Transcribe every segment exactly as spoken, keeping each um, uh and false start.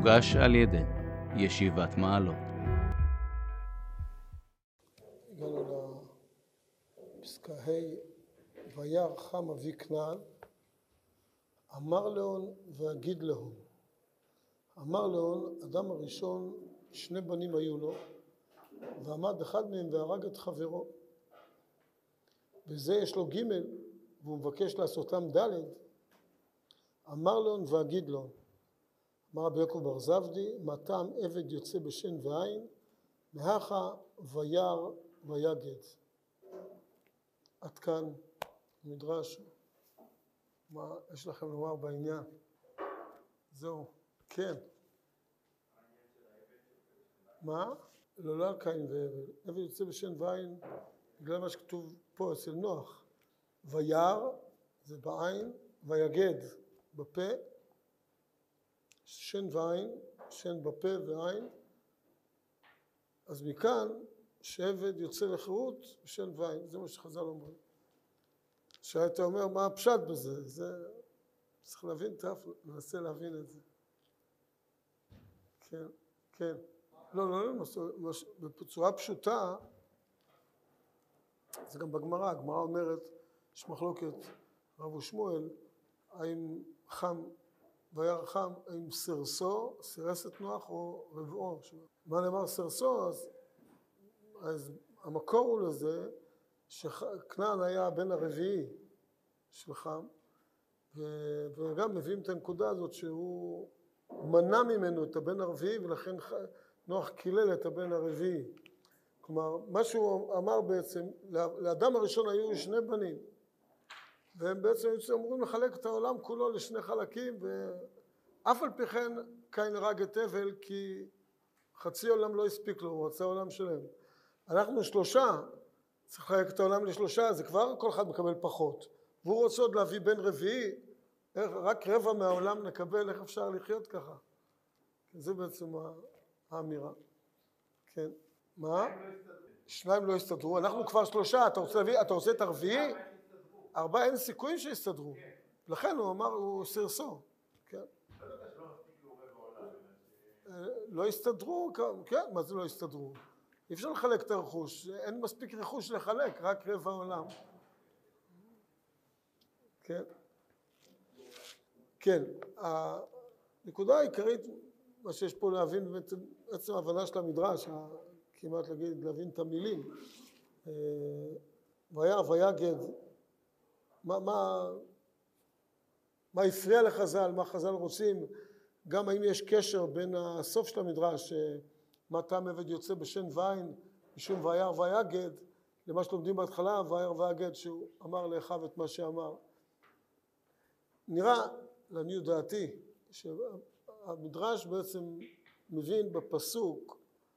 מוגש על ידי ישיבת מעלות. הגענו לפסקה ה' וירא חם אבי כנען, אמר להון ואגיד להון. אמר להון, אדם הראשון, שני בנים היו לו, ועמד אחד מהם והרג את חברו. וזה יש לו ג' והוא מבקש לעשותם ד'. אמר להון ואגיד להון. אמר רבי יעקב בר זבדי, מה טעם עבד יוצא בשן ועין, מהכה וירא ויגד. עד כאן מדרש. מה יש לכם לומר בעניין? זהו, כן. מה? לא, לא על קין והבל. עבד יוצא בשן ועין, בגלל מה שכתוב פה אצל נוח. וירא זה בעין, ויגד בפה. שן ועין, שן בפה ועין. אז מכאן שעבד יוצא לחירות בשן ועין, זה מה שחז"ל אומרים. שהיית אומר מה הפשט בזה, זה צריך להבין, תכף ננסה להבין את זה. כן, כן. לא, לא, לא, בצורה פשוטה, זה גם בגמרא, הגמרא אומרת, יש מחלוקת רב ושמואל, האם חם, וירא חם, האם סרסו, סירס את נוח או רבעו. מה נאמר סרסו, אז, אז המקור הוא לזה, שכנען היה הבן הרביעי של חם, וגם מביאים את הנקודה הזאת שהוא מנע ממנו את הבן הרביעי, ולכן נוח קילל את הבן הרביעי. כלומר, מה שהוא אמר בעצם, לאדם הראשון היו שני בנים, והם בעצם אמורים לחלק את העולם כולו לשני חלקים, ואף על פי כן קין הרג את הבל, כי חצי עולם לא הספיק לו, הוא רצה עולם שלם. אנחנו שלושה, צריך לחלק את העולם לשלושה, זה כבר כל אחד מקבל פחות. והוא רוצה עוד להביא בן רביעי, רק רבע מהעולם נקבל, איך אפשר לחיות ככה? זה בעצם האמירה. כן. מה? שניים לא הסתדרו. אנחנו כבר שלושה, אתה רוצה להביא, אתה רוצה את הרביעי? ארבעה אין סיכויים שיסתדרו. לכן הוא אמר, הוא סרסו. כן. לא הסתדרו, כן, מה זה לא הסתדרו? אי אפשר לחלק את הרכוש, אין מספיק רכוש לחלק, רק רבע העולם. כן. כן, הנקודה העיקרית, מה שיש פה להבין, בעצם ההבנה של המדרש, כמעט להגיד, להבין את המילים, וירא ויגד, מה, מה, מה הפריע לחז"ל, מה חז"ל רוצים, גם האם יש קשר בין הסוף של המדרש, מה טעם עבד יוצא בשן ועין, משום וירא ויגד, למה שלומדים בהתחלה, וירא ויגד, שהוא אמר לאחיו את מה שאמר. נראה, לעניות דעתי, שהמדרש בעצם מבין בפסוק,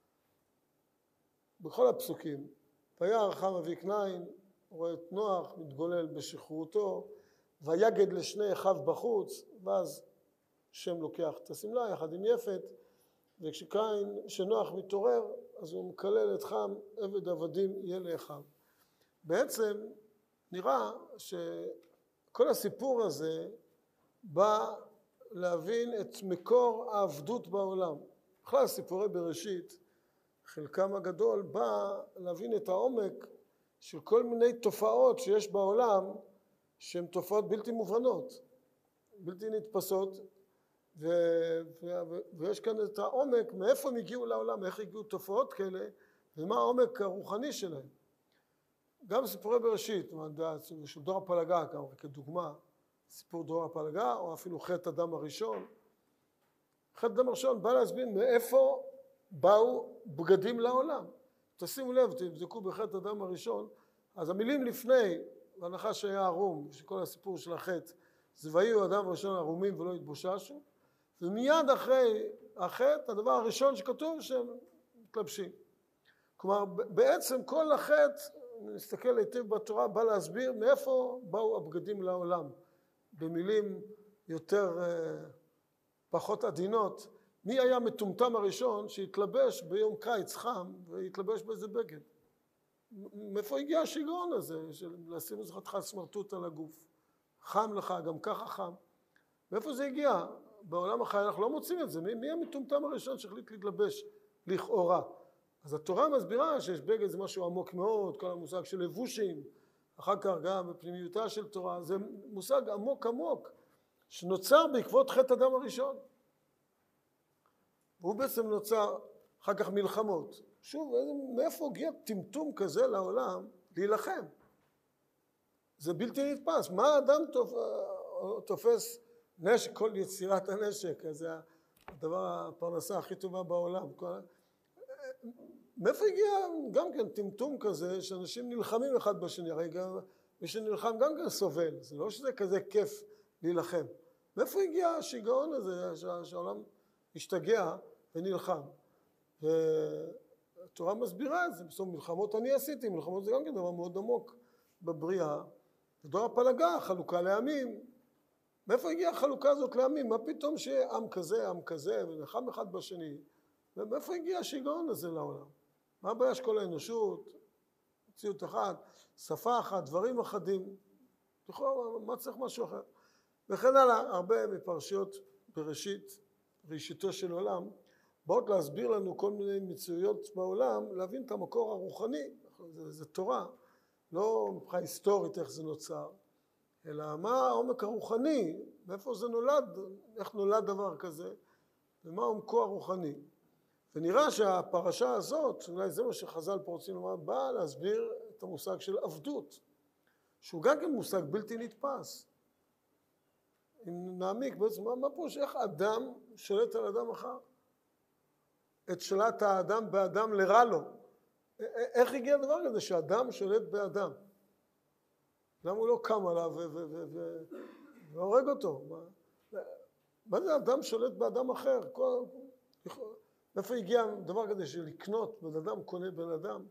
בכל הפסוקים, וירא חם אבי כנען, רואה את נוח, מתגולל בשחרורתו, ויגד לשני אחיו בחוץ, ואז שם לוקח את השמלה יחד עם יפת, וכשקין, שנוח מתעורר, אז הוא מקלל את חם, עבד עבדים יהיה לאחיו. בעצם נראה שכל הסיפור הזה בא להבין את מקור העבדות בעולם. בכלל סיפורי בראשית, חלקם הגדול בא להבין את העומק של כל מיני תופעות שיש בעולם, שהן תופעות בלתי מובנות, בלתי נתפסות, ו... ו... ויש כאן את העומק, מאיפה הם הגיעו לעולם, איך הגיעו תופעות כאלה, ומה העומק הרוחני שלהם. גם סיפורי בראשית, של דור הפלגה, כדוגמה, סיפור דור הפלגה, או אפילו חטא אדם הראשון. חטא אדם הראשון בא להסביר מאיפה באו בגדים לעולם. תשימו לב, תבדקו בחטא אדם הראשון, אז המילים לפני, בהנחה שהיה ערום, שכל הסיפור של החטא, זה ויהיו אדם הראשון ערומים ולא התבוששו, ומיד אחרי החטא, הדבר הראשון שכתוב שהם מתלבשים. כלומר, בעצם כל החטא, נסתכל היטב בתורה, בא להסביר מאיפה באו הבגדים לעולם. במילים יותר פחות עדינות, מי היה מטומטם הראשון שהתלבש ביום קיץ חם והתלבש באיזה בגד? מאיפה הגיע השיגעון הזה של לשים איזה חתיכת סמרטוט על הגוף? חם לך, גם ככה חם. מאיפה זה הגיע? בעולם החי אנחנו לא מוצאים את זה. מי, מי המטומטם הראשון שהחליט להתלבש לכאורה? אז התורה מסבירה שיש בגד זה משהו עמוק מאוד, כל המושג של לבושים, אחר כך גם בפנימיותה של תורה, זה מושג עמוק עמוק, שנוצר בעקבות חטא אדם הראשון. והוא בעצם נוצר אחר כך מלחמות. שוב, מאיפה הגיע טמטום כזה לעולם להילחם? זה בלתי נתפס. מה האדם תופס נשק, כל יצירת הנשק? זה הדבר, הפרנסה הכי טובה בעולם. מאיפה הגיע גם כן טמטום כזה שאנשים נלחמים אחד בשני? הרי גם מי שנלחם גם כן סובל. זה לא שזה כזה כיף להילחם. מאיפה הגיע השיגעון הזה שהעולם השתגע ונלחם? והתורה מסבירה את זה. בסוף מלחמות אני עשיתי, מלחמות זה גם כן דבר מאוד עמוק בבריאה. דור הפלגה, חלוקה לעמים. מאיפה הגיעה החלוקה הזאת לעמים? מה פתאום שיהיה עם כזה, עם כזה, ונלחם אחד בשני? ומאיפה הגיע השיגעון הזה לעולם? מה הבעיה של כל האנושות? מציאות אחת, שפה אחת, דברים אחדים. לכאורה, מה צריך משהו אחר? וכן הלאה, הרבה מפרשיות בראשית, ראשיתו של עולם, באות להסביר לנו כל מיני מציאויות בעולם, להבין את המקור הרוחני, זה, זה תורה, לא מבחינה היסטורית איך זה נוצר, אלא מה העומק הרוחני, מאיפה זה נולד, איך נולד דבר כזה, ומה עומקו הרוחני. ונראה שהפרשה הזאת, אולי זה מה שחז"ל פה רוצים לומר, באה להסביר את המושג של עבדות, שהוא גם כן מושג בלתי נתפס. אם נעמיק בעצם, מה, מה פה שאיך אדם שולט על אדם אחר? את שלט האדם באדם לרע לו. איך הגיע הדבר כזה שאדם שולט באדם? למה הוא לא קם עליו והורג אותו? מה, מה זה אדם שולט באדם אחר? כל, איפה הגיע דבר כזה שלקנות בן אדם קונה בן אדם?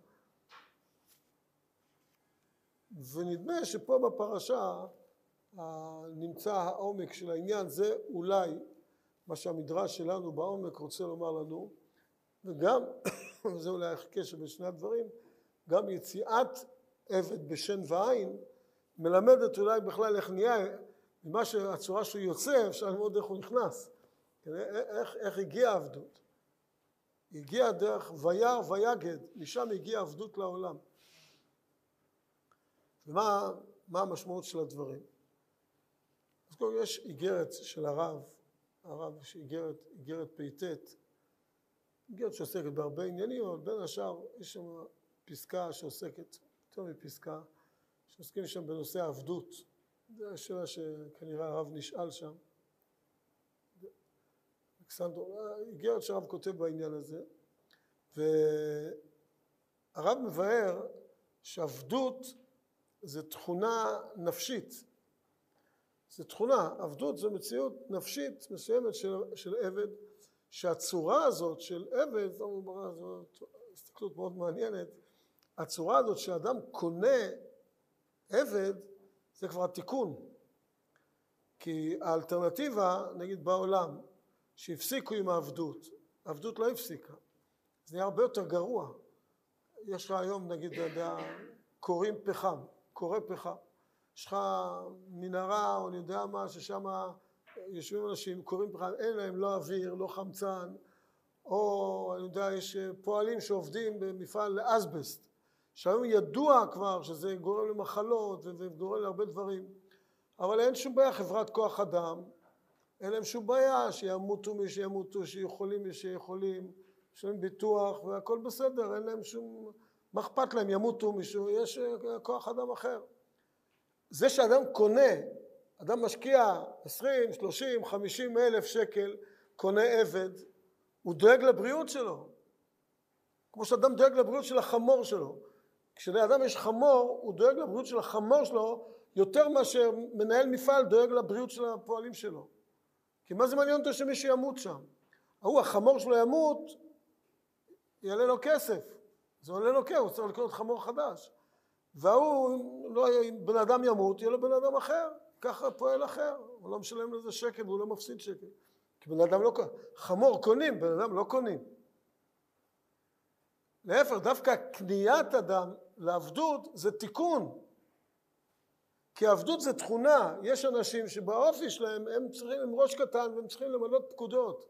ונדמה שפה בפרשה נמצא העומק של העניין, זה אולי מה שהמדרש שלנו בעומק רוצה לומר לנו, וגם, זה אולי הקשר בשני הדברים, גם יציאת עבד בשן ועין, מלמדת אולי בכלל איך נהיה, ממה שהצורה שהוא יוצא, אפשר ללמוד איך הוא נכנס, איך, איך הגיעה העבדות. הגיעה דרך וירא ויגד, משם הגיעה העבדות לעולם. ומה מה המשמעות של הדברים? אז קודם יש איגרת של הרב, הרב יש איגרת, איגרת פ"ט, איגרת שעוסקת בהרבה עניינים, אבל בין השאר יש שם פסקה שעוסקת, יותר מפסקה, שעוסקים שם בנושא העבדות. זו השאלה שכנראה הרב נשאל שם. איגרת שהרב כותב בעניין הזה, והרב מבאר שעבדות זה תכונה נפשית. זה תכונה, עבדות זה מציאות נפשית מסוימת של, של עבד, שהצורה הזאת של עבד, זאת הסתכלות מאוד מעניינת, הצורה הזאת שאדם קונה עבד, זה כבר תיקון. כי האלטרנטיבה, נגיד בעולם, שהפסיקו עם העבדות, העבדות לא הפסיקה, זה נהיה הרבה יותר גרוע. יש לך היום, נגיד, קוראים פחם, קורא פחם. יש לך מנהרה או אני יודע מה, ששם יושבים אנשים, קוראים פחם, אין להם לא אוויר, לא חמצן, או אני יודע, יש פועלים שעובדים במפעל לאסבסט, שהיום ידוע כבר שזה גורם למחלות וגורם להרבה דברים, אבל אין שום בעיה, חברת כוח אדם, אין להם שום בעיה שימותו מי שימותו, שיכולים מי שיכולים, שהם ביטוח והכל בסדר, אין להם שום, מה אכפת להם, ימותו מישהו, יש כוח אדם אחר. זה שאדם קונה, אדם משקיע עשרים, שלושים, חמישים אלף שקל, קונה עבד, הוא דואג לבריאות שלו. כמו שאדם דואג לבריאות של החמור שלו. כשלאדם יש חמור, הוא דואג לבריאות של החמור שלו, יותר מאשר מנהל מפעל דואג לבריאות של הפועלים שלו. כי מה זה מעניין אותו שמישהו ימות שם? הוא, החמור שלו ימות, יעלה לו כסף. זה עולה לו כסף, הוא צריך לקנות חמור חדש. והוא, לא, בן אדם ימות, יהיה לו בן אדם אחר, ככה פועל אחר. הוא לא משלם לזה שקל והוא לא מפסיד שקל. כי בן אדם לא קונים. חמור קונים, בן אדם לא קונים. להפך, דווקא קניית אדם לעבדות זה תיקון. כי עבדות זה תכונה, יש אנשים שבאופי שלהם הם צריכים, הם ראש קטן והם צריכים למלות פקודות.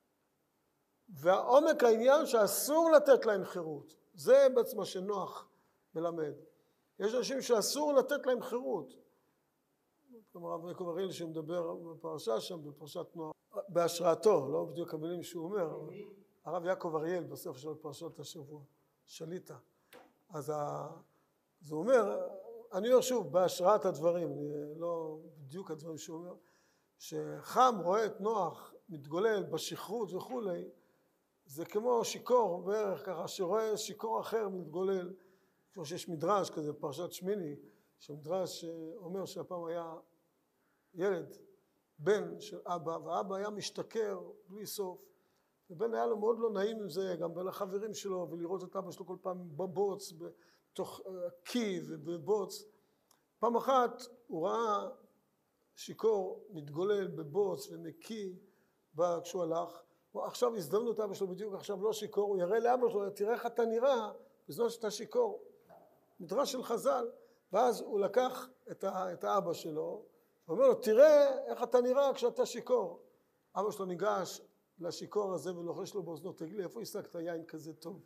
והעומק העניין שאסור לתת להם חירות, זה בעצם מה שנוח מלמד. יש אנשים שאסור לתת להם חירות. כלומר, הרב יעקב אריאל שמדבר בפרשה שם, בפרשת נוח, בהשראתו, לא בדיוק המילים שהוא אומר, הרב יעקב אריאל בסוף של פרשת השבוע, שליטה. אז, ה... אז הוא אומר, אני אומר שוב, בהשראת הדברים, לא בדיוק הדברים שהוא אומר, שחם רואה את נוח מתגולל בשכרות וכולי, זה כמו שיקור בערך ככה, שרואה שיקור אחר מתגולל, כמו שיש מדרש כזה, פרשת שמיני, שמדרש אומר שהפעם היה ילד, בן של אבא, והאבא היה משתכר בלי סוף, ובן היה לו מאוד לא נעים עם זה, גם בין החברים שלו, ולראות את אבא שלו כל פעם בבוץ, בתוך קי ובבוץ. פעם אחת הוא ראה שיקור מתגולל בבוץ ומקי כשהוא הלך, עכשיו הזדמנות אבא שלו בדיוק עכשיו לא שיקור, הוא יראה לאבא שלו, תראה איך אתה נראה בזמן שאתה שיקור. מדרש של חז"ל, ואז הוא לקח את, ה, את האבא שלו, ואומר לו, תראה איך אתה נראה כשאתה שיקור. אבא שלו ניגש לשיקור הזה ולוחש לו באוזנו, תגיד לי, איפה השגת יין כזה טוב?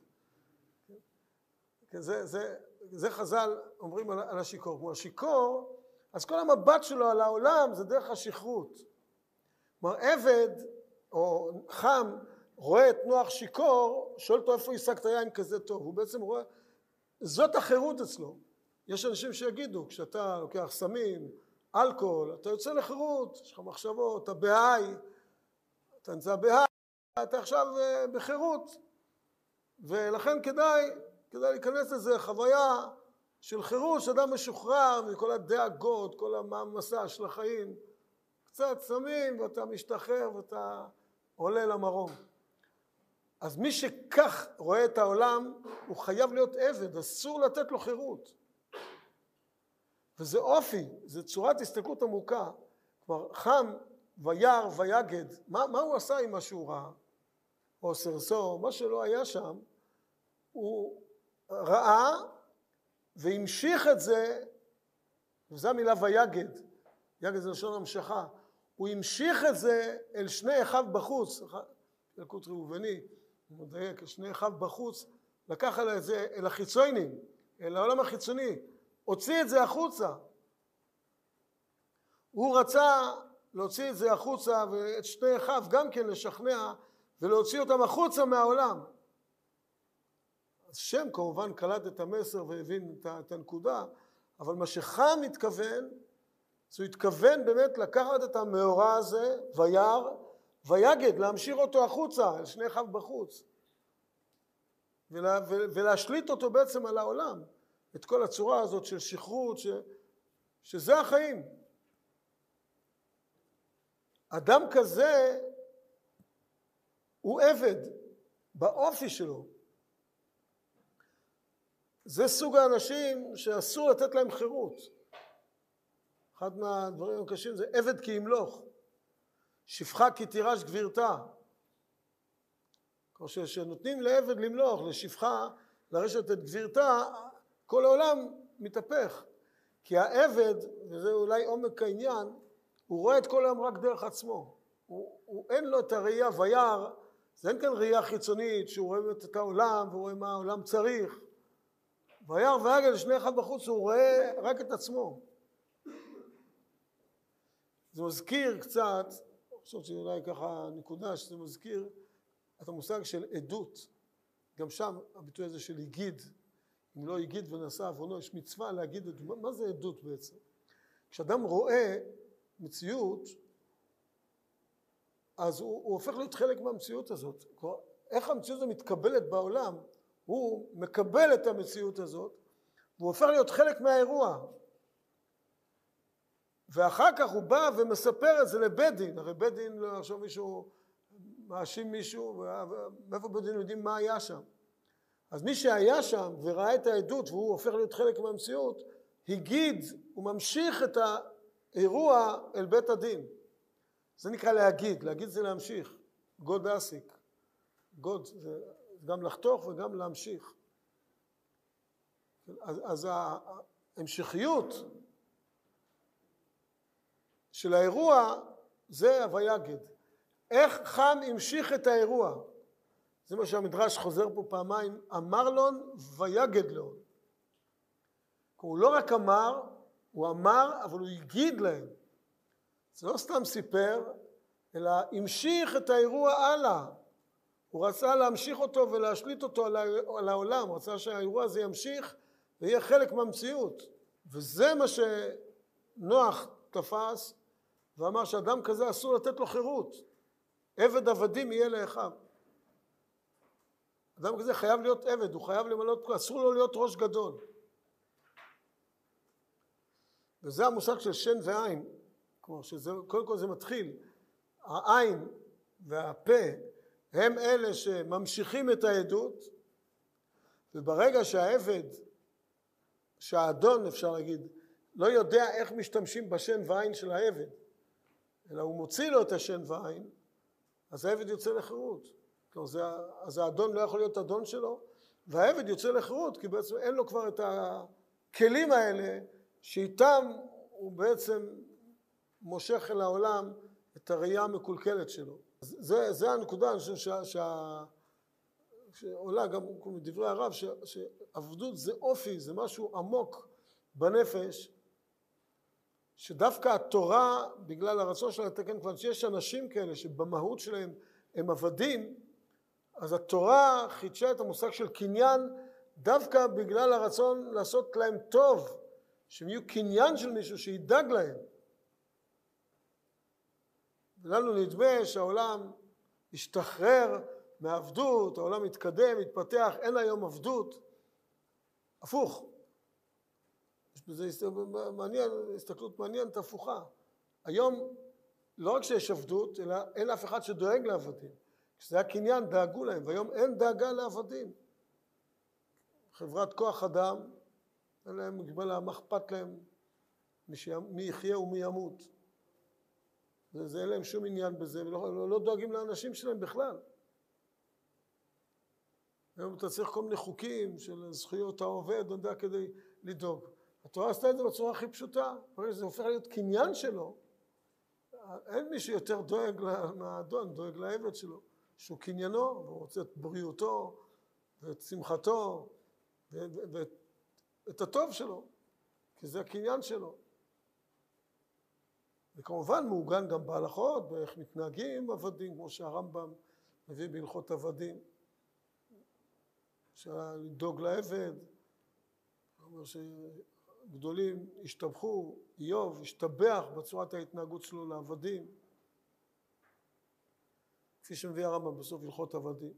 זה, זה, זה חז"ל אומרים על, על השיקור. כמו השיקור, אז כל המבט שלו על העולם זה דרך השכרות. כלומר, עבד או חם רואה את נוח שיקור, שואל אותו איפה השגת יין כזה טוב. הוא בעצם רואה, זאת החירות אצלו. יש אנשים שיגידו, כשאתה לוקח סמים, אלכוהול, אתה יוצא לחירות, יש לך מחשבות, אתה בהיי, אתה נמצא בהיי, אתה עכשיו בחירות. ולכן כדאי, כדאי להיכנס לזה חוויה של חירות, שאדם משוחרר מכל הדאגות, כל המסע של החיים. קצת סמים ואתה משתחרר ואתה עולה למרום. אז מי שכך רואה את העולם, הוא חייב להיות עבד, אסור לתת לו חירות. וזה אופי, זה צורת הסתכלות עמוקה. כלומר, חם וירא ויגד, מה, מה הוא עשה עם מה שהוא ראה? או סרסור, מה שלא היה שם, הוא ראה והמשיך את זה, וזו המילה ויגד, יגד זה לשון המשכה, הוא המשיך את זה אל שני אחיו בחוץ, ילקוט ראובני, הוא מדייק, שני אחיו בחוץ, לקח אל זה, אל החיצונים, אל העולם החיצוני, הוציא את זה החוצה. הוא רצה להוציא את זה החוצה ואת שני אחיו גם כן לשכנע ולהוציא אותם החוצה מהעולם. אז שם כמובן קלט את המסר והבין את הנקודה, אבל מה שחם מתכוון, הוא התכוון באמת לקחת את המאורע הזה, וירא, ויגד, להמשיך אותו החוצה, אל שני אחיו בחוץ, ולה, ולהשליט אותו בעצם על העולם, את כל הצורה הזאת של שכרות, ש, שזה החיים. אדם כזה הוא עבד באופי שלו. זה סוג האנשים שאסור לתת להם חירות. אחד מהדברים הקשים זה עבד כי ימלוך, שפחה כי תירש גבירתה. כשנותנים לעבד למלוך, לשפחה, לרשת את גבירתה, כל העולם מתהפך. כי העבד, וזה אולי עומק העניין, הוא רואה את כל העולם רק דרך עצמו. הוא, הוא אין לו את הראייה וירא, זה אין כאן ראייה חיצונית שהוא רואה את העולם והוא רואה מה העולם צריך. וירא ויגד לשני אחיו בחוץ, הוא רואה רק את עצמו. זה מזכיר קצת, אני חושב שאולי ככה נקודה שזה מזכיר את המושג של עדות. גם שם הביטוי הזה של הגיד, אם לא הגיד ונשא עוונו, יש מצווה להגיד עדות. מה, מה זה עדות בעצם? כשאדם רואה מציאות, אז הוא, הוא הופך להיות חלק מהמציאות הזאת. איך המציאות הזאת מתקבלת בעולם? הוא מקבל את המציאות הזאת, והוא הופך להיות חלק מהאירוע. ואחר כך הוא בא ומספר את זה לבית דין. הרי בית דין, לא עכשיו מישהו מאשים מישהו, ואיפה בית דין יודעים מה היה שם. אז מי שהיה שם וראה את העדות והוא הופך להיות חלק מהמציאות, הגיד, הוא ממשיך את האירוע אל בית הדין. זה נקרא להגיד, להגיד זה להמשיך, גוד אסיק. גוד זה גם לחתוך וגם להמשיך. אז, אז ההמשכיות של האירוע זה הויגד. איך חם המשיך את האירוע? זה מה שהמדרש חוזר פה פעמיים, אמר לון ויגד לו. הוא לא רק אמר, הוא אמר, אבל הוא הגיד להם. זה לא סתם סיפר, אלא המשיך את האירוע הלאה. הוא רצה להמשיך אותו ולהשליט אותו על העולם, הוא רצה שהאירוע הזה ימשיך ויהיה חלק מהמציאות. וזה מה שנוח תפס, ואמר שאדם כזה אסור לתת לו חירות. עבד עבדים יהיה לאחיו. אדם כזה חייב להיות עבד, הוא חייב למלות, אסור לו להיות ראש גדול. וזה המושג של שן ועין, כמו שזה, קודם כל זה מתחיל. העין והפה הם אלה שממשיכים את העדות, וברגע שהעבד, שהאדון אפשר להגיד, לא יודע איך משתמשים בשן ועין של העבד, אלא הוא מוציא לו את השן ועין, אז העבד יוצא לחירות. אז האדון לא יכול להיות אדון שלו, והעבד יוצא לחירות, כי בעצם אין לו כבר את הכלים האלה, שאיתם הוא בעצם מושך אל העולם את הראייה המקולקלת שלו. זה, זה הנקודה, אני חושב שה, שה, שעולה גם מדברי הרב, ש, שעבדות זה אופי, זה משהו עמוק בנפש, שדווקא התורה, בגלל הרצון שלה לתקן, כבר שיש אנשים כאלה שבמהות שלהם הם עבדים, אז התורה חידשה את המושג של קניין, דווקא בגלל הרצון לעשות להם טוב, שהם יהיו קניין של מישהו שידאג להם. ולנו נדמה שהעולם השתחרר מעבדות, העולם מתקדם, מתפתח, אין היום עבדות. הפוך. יש בזה מעניין, הסתכלות מעניינת הפוכה. היום לא רק שיש עבדות, אלא אין אף אחד שדואג לעבדים. כשזה היה קניין, דאגו להם, והיום אין דאגה לעבדים. חברת כוח אדם, אין להם מגבלה, מה אכפת להם מי יחיה ומי ימות. זה, זה אין להם שום עניין בזה, ולא לא, לא דואגים לאנשים שלהם בכלל. היום אתה צריך כל מיני חוקים של זכויות העובד, לא יודע, כדי לדאוג. התורה עשתה את זה בצורה הכי פשוטה, ברגע שזה הופך להיות קניין שלו, אין מי שיותר דואג מהאדון, דואג לעבד שלו, שהוא קניינו, והוא רוצה את בריאותו, ואת שמחתו, ואת הטוב שלו, כי זה הקניין שלו. וכמובן מעוגן גם בהלכות, באיך מתנהגים עבדים, כמו שהרמב"ם מביא בהלכות עבדים, שלדאוג לעבד, הוא אומר שגדולים השתבחו, איוב השתבח בצורת ההתנהגות שלו לעבדים, כפי שמביא הרמב"ם בסוף הלכות עבדים.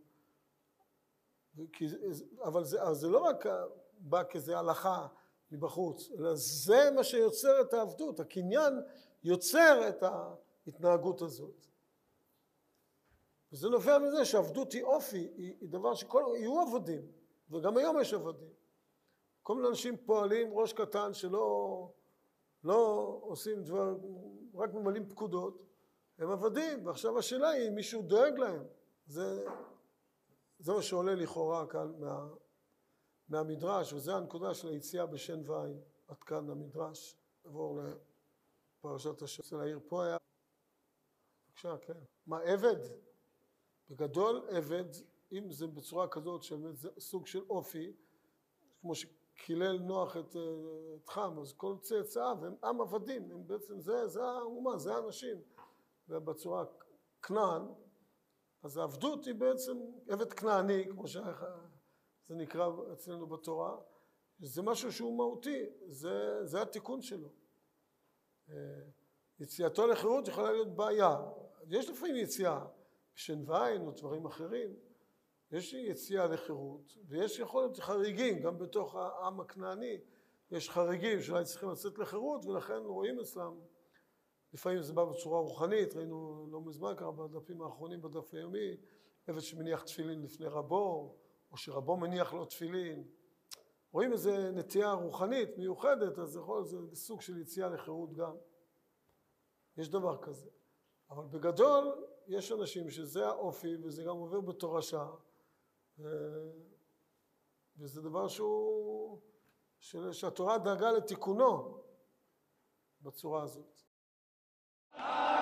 אבל זה, זה לא רק בא כזה הלכה מבחוץ, אלא זה מה שיוצר את העבדות, הקניין יוצר את ההתנהגות הזאת. וזה נובע מזה שעבדות היא אופי, היא, היא דבר שכל, יהיו עבדים, וגם היום יש עבדים. כל מיני אנשים פועלים ראש קטן שלא לא עושים דבר, רק ממלאים פקודות, הם עבדים, ועכשיו השאלה היא אם מישהו דואג להם. זה, זה מה שעולה לכאורה כאן מה, מהמדרש, וזה הנקודה של היציאה בשן ועין. עד כאן המדרש, עבור לפרשת השבוע. אצל העיר פה היה, בבקשה, כן. מה, עבד? בגדול עבד, אם זה בצורה כזאת של סוג של אופי, כמו שקילל נוח את, את חם, אז כל צאצאיו הם עם עבדים, הם בעצם זה, זה האומה, זה האנשים. ובצורה כנען, אז העבדות היא בעצם עבד כנעני, כמו שזה נקרא אצלנו בתורה, זה משהו שהוא מהותי, זה, זה התיקון שלו. יציאתו לחירות יכולה להיות בעיה. יש לפעמים יציאה, שן ועין או דברים אחרים, יש יציאה לחירות, ויש יכול להיות חריגים, גם בתוך העם הכנעני, יש חריגים שאולי צריכים לצאת לחירות, ולכן רואים אצלם, לפעמים זה בא בצורה רוחנית, ראינו לא מזמן ככה בדפים האחרונים בדף היומי, עבד שמניח תפילין לפני רבו, או שרבו מניח לו תפילין. רואים איזו נטייה רוחנית מיוחדת, אז יכול להיות זה סוג של יציאה לחירות גם. יש דבר כזה. אבל בגדול יש אנשים שזה האופי, וזה גם עובר בתורשה, וזה דבר שהוא, שהתורה דאגה לתיקונו בצורה הזאת. Amen.